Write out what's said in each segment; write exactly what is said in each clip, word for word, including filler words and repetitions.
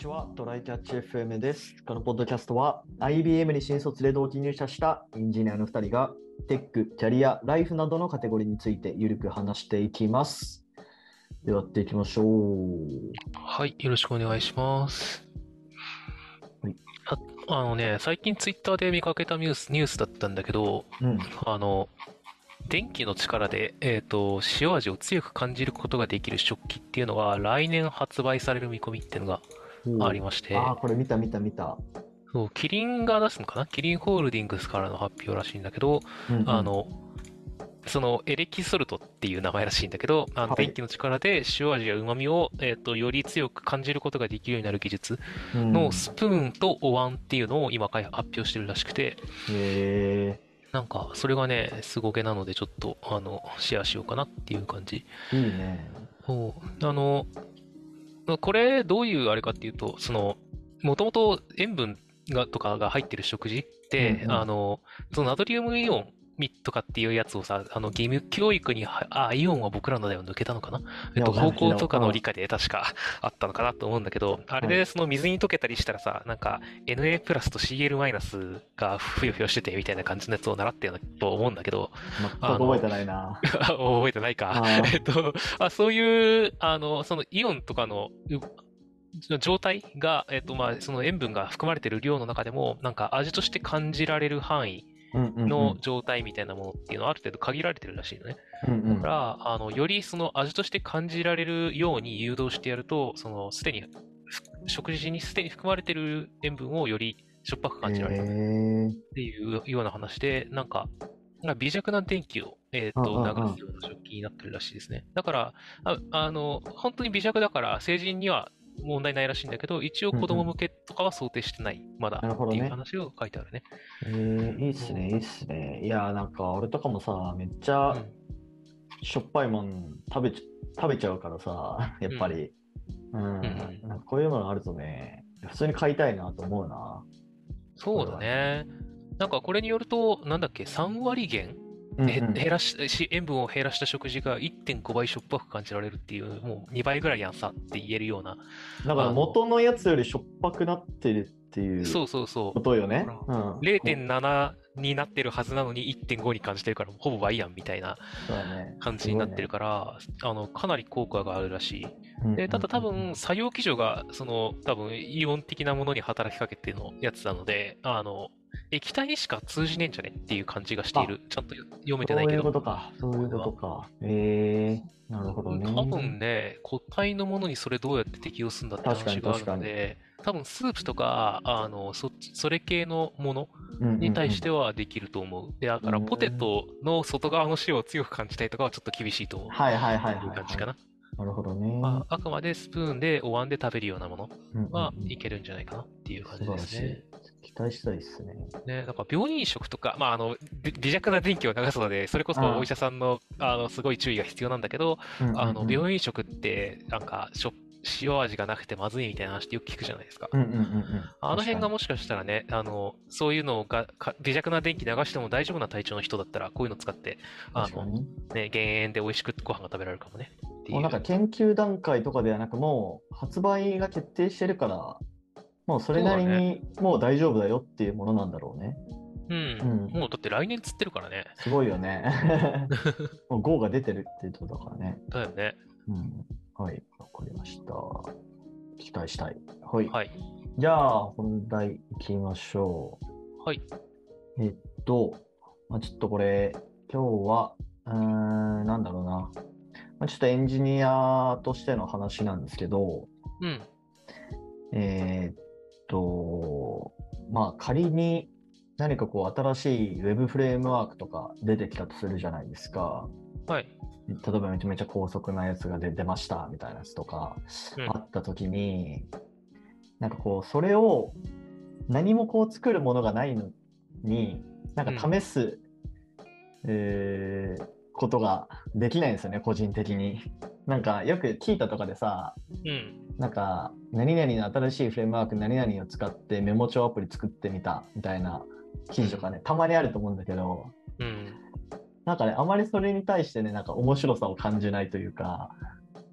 ちは、トライキャッチ エフエム です。このポッドキャストは アイビーエム に新卒で同期入社したエンジニアのふたりがテック、キャリア、ライフなどのカテゴリーについてゆるく話していきます。ではやっていきましょう。 はい、よろしくお願いします。 はい。 あ、あのね、最近ツイッターで見かけたニュース、ニュースだったんだけど、 うん。 あの、電気の力で、えっと、塩味を強く感じることができる食器っていうのが来年発売される見込みっていうのがありおう。 まして、 ああ、これ見た見た見た。 そう、キリンが出すのかなキリンホールディングスからの発表らしいんだけど、 うんうん。 あの、そのエレキソルトっていう名前らしいんだけど、あのはい。 電気の力で塩味や旨味を、えっと、より強く感じることができるようになる技術うのスん。 プーンとお椀っていうのを今開発発表してるらしくて、 えなんかそれがね、すごげなのでちょっとあの、シェアしようかなっていう感じ。 ー、いいね。 そう。あの、これどういうあれかっていうと、その、もともと塩分がとかが入ってる食事って、 うんうん。 あの、そのナトリウムイオンとかっていうやつをさ、あの、義務教育には、あ、イオンは僕らの代は抜けたのかなえいや、 っと、 わかん高校とないけど。うん。 かの理科で確かあったのかなと思うんだけど、あれはい。 でその水に溶けたりしたらさ、なんか エヌエー プラスと シーエル マイナスがふよふよしててみたいな感じのやつを習ったようなと思うんだけど、 全くあの、 覚えてないな。 覚えてないか。 あえっと、あ、そういう、あの、そのイオンとかの状態が、えっと、まあ、その塩分が含まれている量の中でも、なんか味として感じられる範囲あ。うんうんうん。 の状態みたいなものっていうのはある程度限られてるらしいのね。 うんうん。 だから、あの、よりその味として感じられるように誘導してやると、その、すでに、食事にすでに含まれている塩分をよりしょっぱくへ感じられるえ。 っていうような話で、なんか、微弱な電気を、えっうんと、 うんうん。 流すような食器になってるらしいですね。だから、あ、あの、本当に微弱だから成人には問題ないらしいんだけど、一応うんうん。 子供向けとかは想定してない、まだなるほっていうどね。 話を書いてあるね。 えー、いいっすね、いいっそすね。いやー、なんか俺とかもさ、めっちう。うゃん。 しょっぱいもん食べち、食べちゃうからさ、やっうん。 ぱり。うん。 うん。うん。 なんかこういうものあるとね、普通に買いたいなと思うな。こそうだれはね。 ね。なんかこれによると、なんだっけ、さん割減へうんうん。 減らし、し塩分を減らした食事がいってんごばいしょっぱく感じられるっていう、もうにばいぐらいやんさって言えるような、 だからあの、 元のやつよりしょっぱくなってるっていうそうそうそことよう。だかね。 ら、 うん。ほれいてんななになってるはずなのにいってんごに感じてるから、ほぼ倍やんみたいなそうだね。 感じになってるすごいね。 から、あの、かなり効果があるらしい。 うんうんで、ただ多分、 うんうん。 作用基準が、その、多分、イオン的なものに働きかけてのやつなので、あの、液体にしか通じねえんじゃねっていう感じがしていあ、 る。ちゃんと読めてなそういういけど、 ことか。そういうここれは。 とか。ええー、なるほど多ね。 分ね、固体のものにそれどうやって適用するんだって確かに話がある確かに。 ので、多分スープとか、あの、そっち、それ系のものうんに対してうんはできると思う。で、だうからポテん。うーん。 トの外側の塩を強く感じたいとかはちょっと厳しいと思うはいはいはいっていうはいはい。 感じかな。 なるほどね。 まあ、あくまでスプーンでお椀で食べるようなものうんうんうはいん。 けるんじゃないかなっていう感素じ晴らしい。 ですね。 期待したいですね。 ね、なんか病院食とか、まあ、あの、び微弱な電気を流すので、それこそお医うん。 者さんの、あの、すごい注意が必要なんだけど、 うんうんあの、 うん。 病院食って、なんか、しょ、塩味がなくてまずいみたいな話ってよく聞くじゃないですか。 うんうんうんうん。 あの確かに。 辺がもしかしたらね、あの、そういうのが、か微弱な電気流しても大丈夫な体調の人だったら、こういうの使って、あの、 確かに。 ね、減塩で美味しくご飯が食べられるかもね。ってもうなんかいう。 研究段階とかではなく、もう発売が決定してるから、もうそれなそうだね。 りにもう大丈夫だよっていうものなんだろうね。 うん。 うん。 もうだって来年つってるからね。 すごいよね。もう ゴー が出てるっていうことだからね。 だよね。 うん。はい。わかりました。期待したい。はい。 はい。 じゃあ、本題行きましょはい。 う。えっと、まあ、ちょっとこれ、今日は、うーん、なんだろうな。まあ、ちょっとエンジニアとしての話なんですけど、 うん。 えーっと、まあ仮に何かこう新しい Web フレームワークとか出てきたとするじゃないですか。 はい。 例えばめちゃめちゃ高速なやつが出、出ましたみたいなやつとかうん。 あった時に、なんかこう、それを何もこう作るものがないのに、なんうん。 か試す、えーことができないんですよね、個人的に。なんかよく聞いたとかでさ、 うん。 なんか、何々の新しいフレームワーク、何々を使ってメモ帳アプリ作ってみたみたいな記うん。 事とかね、たまにあると思うんだけど、 うん。 なんかね、あまりそれに対してね、なんか面白さを感じないというか、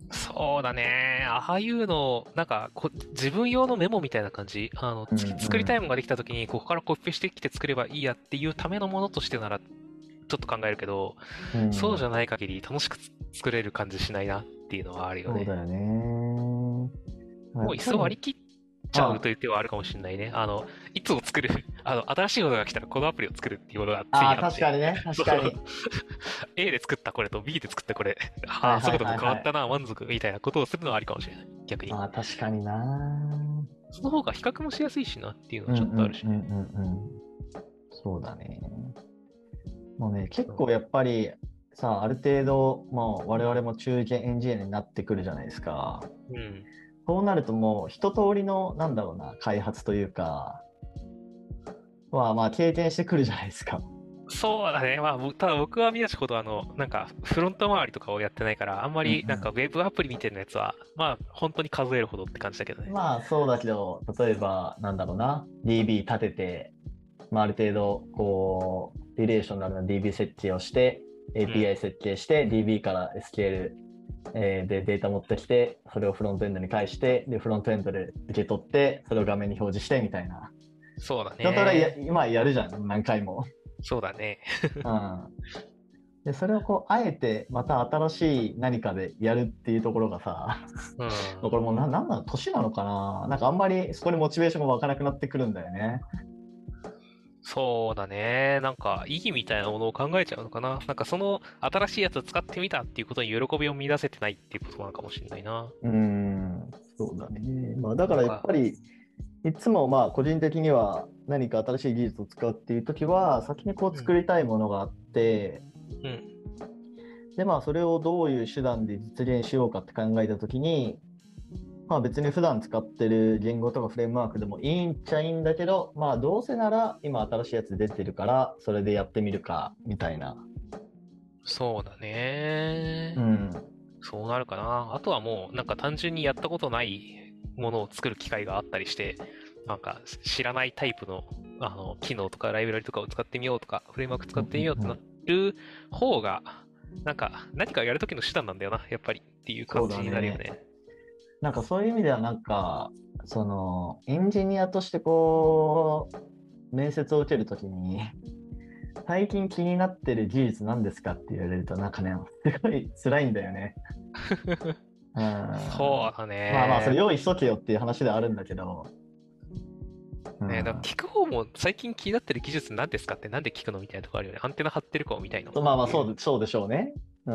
そうだね。ああいうの、なんかこ、自分用のメモみたいな感じ。あの、 うんつ作りたいうものができた時に、ここからコピペしてきて作ればいいやっていうためのものとしてなら、ちょっと考えるけど、 ん。うん。 そうじゃない限り楽しくつ作れる感じしないなっていうのはあるよね。 そうだよね。やもういっっぱり、 そ割り切っちゃうあ、 という手はあるかもしれないね。あの、いつも作る、あの、新しいものが来たらこのアプリを作るっていうものがついあー、 にあって、 確かにね、 そう、 確かに。 A で作ったこれと B で作ったこれ、ああ、 はいはい速度がはいはい。 変わったな、満足みたいなことをするのはありかもしれない。逆に。 まあ確かにな。 その方が比較もしやすいしなっていうのはうんうちょっとあるしね。 んうんうんうん。そうだね。もうね、結うん。 構やっぱりさ、ある程度、もう我々も中堅エンジニアになってくるじゃないですか。 うん。 そうなるともう一通りの、なんだろうな、開発というか、はまあ経験してくるじゃないですか。 そうだね。まあ、ぼただ僕は宮地ほどあの、なんか、フロント周りとかをやってないから、あんまうんりなんかウェブアプリみたいなやつは、まあ、本当に数えるほどって感じだけどね。 まあそうだけど、例えば、なんだろうな、ディービー 立てて、まあ、ある程度、こう、リレーショナルな ディービー 設計をして、 うん。 エーピーアイ 設計して、ディービー から エスキューエル、えーでデータ持ってきて、それをフロントエンドに返して、で、フロントエンドで受け取って、それを画面に表示してみたいな。 そうだ一通りやね。 今やるじゃん、何回も。 そうだね。 うん。で、それをこう、あえてまた新しい何かでやるっていうところがさ、 うん。 これもうな、なんなの、年なのかな、なんかあんまりそこにモチベーションが湧かなくなってくるんだよね。 そうだね。なんか、意義みたいなものを考えちゃうのかな。なんか、その新しいやつを使ってみたっていうことに喜びを見出せてないっていうことなのかもしれないな。 うーん、そうだね。まあ、だからやっなんか、 ぱり、いつもまあ個人的には何か新しい技術を使うっていう時は、先にこううん、 作りたいものがあって、 うん、 でまあそれをどういう手段で実現しようかって考えた時に、まあ別に普段使ってる言語とかフレームワークでもいいんちゃいいんだけど、まあどうせなら今新しいやつ出てるから、それでやってみるか、みたいな。 そうだね。 うん。 そうなるかな。あとはもう、なんか単純にやったことないものを作る機会があったりして、なんか知らないタイプの、あの、機能とかライブラリとかを使ってみようとか、フレームワーク使うんってみようってなうんうん。 る方が、なんか何かやるときの手段なんだよな、やっぱりっていうそう感じになるよだね。 ね。 なんかそういう意味ではなんか、そのエンジニアとしてこう、面接を受けるときに、最近気になってる技術なんですかって言われると、なんかね、すごい辛いんだよね。うん。まそうだあまあ、それね。 用意しとけよっていう話ではあるんだけど、うね、だからん。 聞く方も最近気になってる技術何ですかってなんで聞くのみたいなとこあるよね。アンテナ張ってるかを見たいのっまあまあ、 ていう。 そうで、そうでしょうね。うん。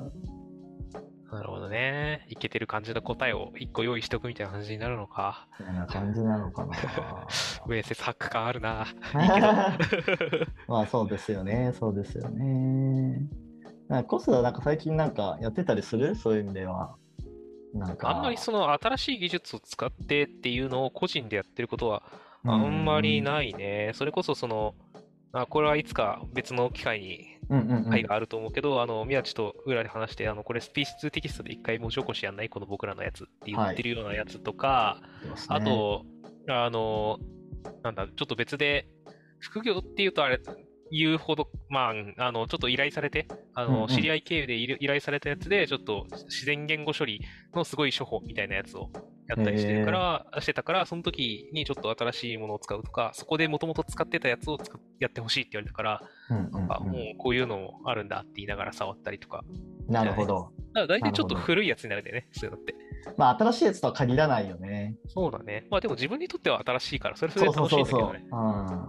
なるほどね。いけてる感じの答えを一個用意しておくみたいな感じになるのか。 そんな感じなのかな。 面接ハック感あるな。いいけど。 まあ、そうですよね。そうですよね。なんかコスはなんか最近なんかやってたりするそういう意味では。なんあんまりか、 その新しい技術を使ってっていうのを個人でやってることはうあんまりん、 ないね。それこそその、あ、これはいつか別の機会にうんうんうん。 回があると思うけど、あの、宮地と裏で話して、あの、これスピーチツーテキストで一回文字起こしやんないこの僕らのやつって言っはい。 てるようなやつとか、 やってますね。 あと、あの、なんだ、ちょっと別で、副業っていうとあれ、言うほど、まあ、あの、ちょっと依頼されて、あの、知りうんうん。 合い経由で依依頼されたやつで、ちょっと自然言語処理のすごい処方みたいなやつをやったりしてるかへら、してたから、その時にちょっと新しいものを使うとか、そこでもともと使ってたやつを使っやってほしいって言われたから、 え。うんなんかもううんうこういうのもあるんだって言いながら触ったりとか、 ん。なじゃない。だかるほど。 ら大体ちょっとなるほど。 古いやつになるんだよね、そういうのって。 まあ、新しいやつとは限らないよね。 そうだね。まあでも自分にとっては新しいから、それそれそうそうで楽しいんだけどね。 そうそう。うん。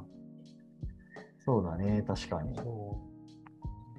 そうだね。確かに。 そう。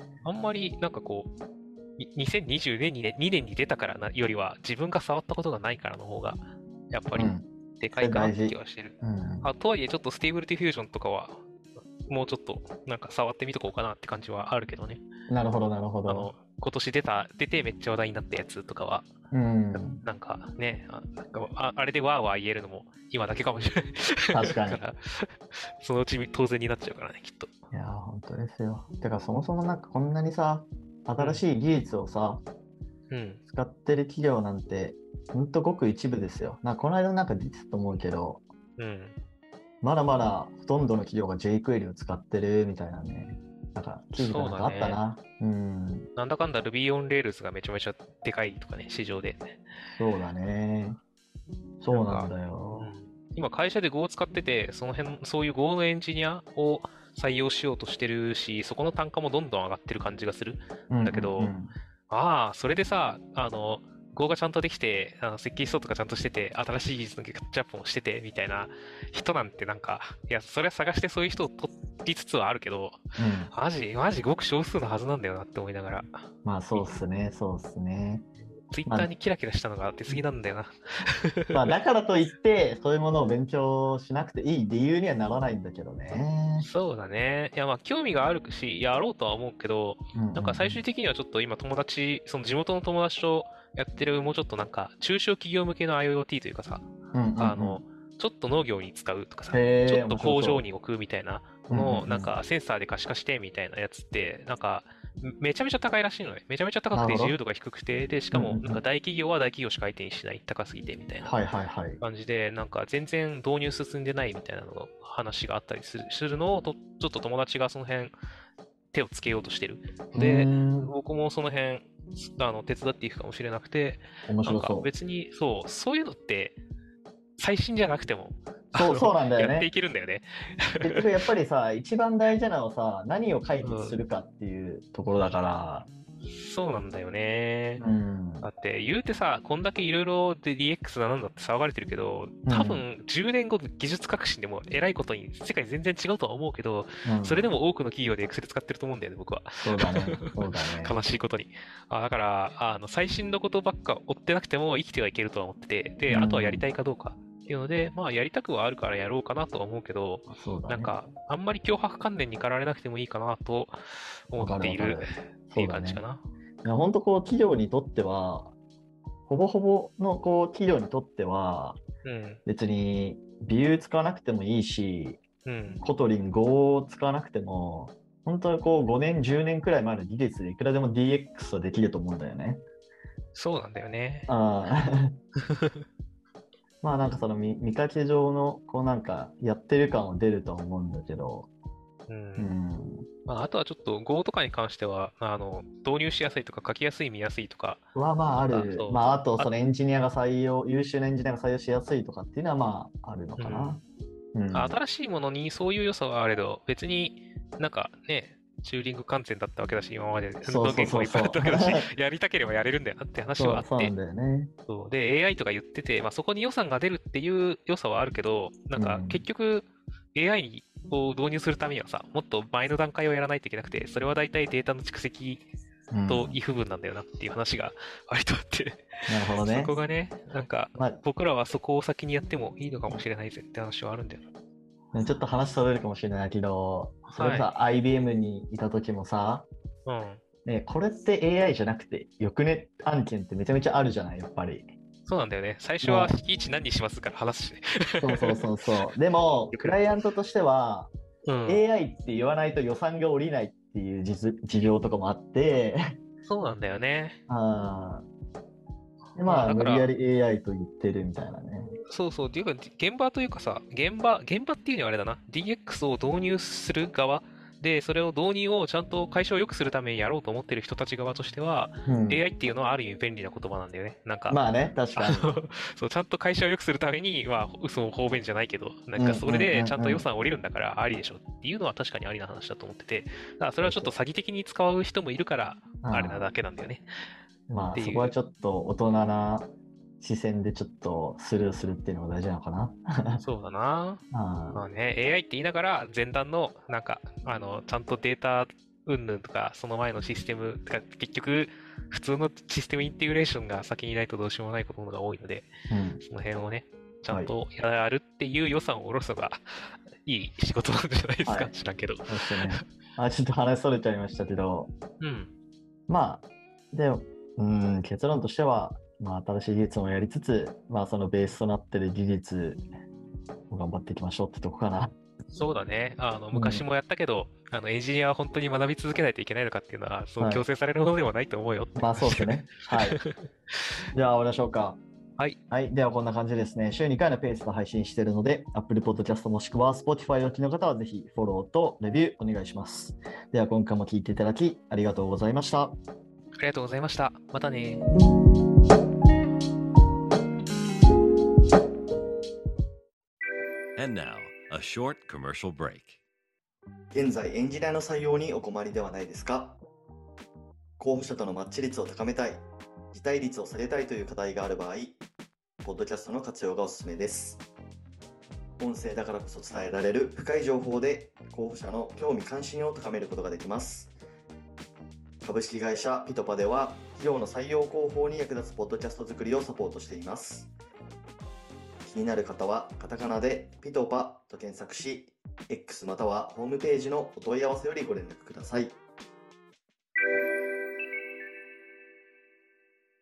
あんまりなんかこう、ににせんにじゅうねんにね、にねんに出たからなよりは、自分が触ったことがないからの方が、やっぱりうん。 でかそれいかなって気大事。 はしてる。 うん。 あ、とはいえちょっとステーブルディフュージョンとかは、もうちょっとなんか触ってみとこうかなって感じはあるけどね。 なるほど、なるほど。 あの、今年出た、出てめっちゃ話題になったやつとかは、 うん。 なんかね、あ、なんかああれでワーワー言えるのも今だけかもしれない確かに。いから、そのうち当然になっちゃうからね、きっと。 やー、本当ですよ。てか、そもそもなんかこんなにさ、 うん、 新しい技術をさ、 うん、 使ってる企業なんて、ほんとごく一部ですよ。なんかこの間なんか出てたと思うけど、 うん。 まだまだほとんどの企業が ジェイクエリ を使ってるみたいなね。 なんか記事がなんかあったな。う,、ん。 なんだかんだ Ruby on Rails がめちゃめちゃでかいとかね、市場で。 そうだね。そうなんだよ。 うん、今会社で Go を使ってて、その辺、そういう Go のエンジニアを採用しようとしてるし、そこの単価もどんどん上がってる感じがする。 うんだけど、 うんうん、 ああ、それでさ、あの、Go がちゃんとできて、あの設計思想とかちゃんとしてて、新しい技術のキャッチアップもしてて、みたいな人なんてなんか、いや、それは探してそういう人を取りつつはあるけど、 うん、 マジ、マジごく少数のはずなんだよなって思いながら。 まあそうっすね、そうっすね。まあ、 Twitter にキラキラしたのが出過ぎなんだよな。 まあ、だからといって、そういうものを勉強しなくていい理由にはならないんだけどね。 そうだね。いや、まあ、興味があるし、やろうとは思うけど、 うんうんうん、 なんか最終的にはちょっと今友達、その地元の友達とやってるもうちょっとなんか中小企業向けの IoT というかさ、 うんうんうん、 あの、ちょっと農業に使うとかさ、ちへー、 ょっと面白そう。 工場に置くみたいなうんうんうん、 のをなんかセンサーで可視化してみたいなやつって、なんかめちゃめちゃ高いらしいのね。めちゃめちゃ高くて自由度が低くて、で、しかもなんか大企業は大企業しか相手にしない、高すぎてみたいなはいはいはい。 感じで、なんか全然導入進んでないみたいなのが話があったりするするのをと、ちょっと友達がその辺手をつけようとしてる。で、僕もその辺、あの手伝っていくかもしれなくて、 面白そう。 なんか別に、そう、そういうのって最新じゃなくても、 そう、そうなんだよね。 やっていけるんだよね。 結局やっぱりさ、一番大事なのはさ、何を解決するかっていうところだから。 うん、そうなんだよね。 うん、 だって言うてさ、こんだけいろいろで ディーエックス だなんだって騒がれてるけど、多分じゅうねんご技術革新でも偉いことに世界全然違うとは思うけど、うん、それでも多くの企業で Excel 使ってると思うんだよね、僕は。 そうだね。そうだね。 悲しいことに。あだから、あの、最新のことばっか追ってなくても生きてはいけるとは思ってて、で、あとはやりたいかどうか。っていうので、まあ、やりたくはあるからやろうかなとは思うけど、 そうだね、 なんか、あんまり脅迫観念に駆られなくてもいいかなと思っているっていう感じかな。 本当こう、企業にとっては、ほぼほぼのこう企業にとっては、うん、別にビュー使わなくてもいいし、うん、コトリン Go を使わなくても、本当にこうごねん、じゅうねんくらい前の技術でいくらでも ディーエックス はできると思うんだよね。 そうなんだよね。 あまあなんかその 見, 見かけ上のこうなんかやってる感は出ると思うんだけど、 うんうんまあ、あとはちょっと Go とかに関してはあの導入しやすいとか書きやすい見やすいとかはまあある。まああとそのエンジニアが採用優秀なエンジニアが採用しやすいとかっていうのはまああるのかな、 うんうん、新しいものにそういう良さはあれど別になんかねチューリング完全だったわけだし、今までの言語もいっぱいあったわけだし、やりたければやれるんだよなって話はあって。 そうなんだよね。 そうで、エーアイ とか言ってて、まあ、そこに予算が出るっていう良さはあるけど、なんか結局 エーアイ を導入するためにはさ、もっと前の段階をやらないといけなくて、それは大体データの蓄積と異不分なんだよなっていう話が割とあって。 なるほどね。 そこがね、なんか僕らはそこを先にやってもいいのかもしれないぜって話はあるんだよな。 ちょっと話それるかもしれないけど、それさ、はい、アイビーエム にいた時もさ、うんね、これって エーアイ じゃなくてよくね案件ってめちゃめちゃあるじゃない、やっぱり。 そうなんだよね。最初は敷地何にしますから話すしね。 そうそうそうそう。でも、クライアントとしては、うん、エーアイ って言わないと予算が下りないっていう事情とかもあって、 そうなんだよね。 あでまあ、無理やり エーアイ と言ってるみたいなね。 そうそう。っていうか、現場というかさ、現場、現場っていうにはあれだな。ディーエックス を導入する側で、それを導入をちゃんと会社を良くするためにやろうと思ってる人たち側としては、うん、エーアイ っていうのはある意味便利な言葉なんだよね。なんか。 まあね、確かに。 そう、ちゃんと会社を良くするために、まあ、嘘も方便じゃないけど、なんかそれでちゃんと予算降りるんだからありでしょっていうのは確かにありな話だと思ってて、だからそれはちょっと詐欺的に使う人もいるから、あれなだけなんだよね。 まあ、そこはちょっと大人な視線でちょっとスルーするっていうのが大事なのかな。 そうだな。あまあね、エーアイ って言いながら前段のなんかあのちゃんとデータ云々とかその前のシステムとか結局普通のシステムインテグレーションが先にないとどうしようもないことが多いので、うん、その辺をねちゃんとやるっていう予算を下ろすのがいい仕事なんじゃないですか、はい、知らんけど。そうですね。 あ、ちょっと話それちゃいましたけど、うん、まあでもうん結論としては。まあ、新しい技術もやりつつ、まあ、そのベースとなっている技術を頑張っていきましょうってとこかな。 そうだね。あの昔もやったけど、うん、あのエンジニアは本当に学び続けないといけないのかっていうのは、そう強制されるものではないと思うよって、 はい。まあそうですね。はい。じゃあ終わりましょうか。 はい。 はい。ではこんな感じですね。週にかいのペースで配信しているので、Apple Podcast もしくは Spotify をお聞きの方はぜひフォローとレビューお願いします。では今回も聞いていただきありがとうございました。 ありがとうございました。またね。 And now, a short commercial break. 現在エンジニアの採用にお困りではないですか？候補者とのマッチ率を高めたい、辞退率を下げたいという課題がある場合、ポッドキャストの活用がおすすめです。音声だからこそ伝えられる深い情報で候補者の興味関心を高めることができます。株式会社ピトパでは企業の採用広報に役立つポッドキャスト作りをサポートしています。気になる方はカタカナでピトパと検索し、X またはホームページのお問い合わせよりご連絡ください。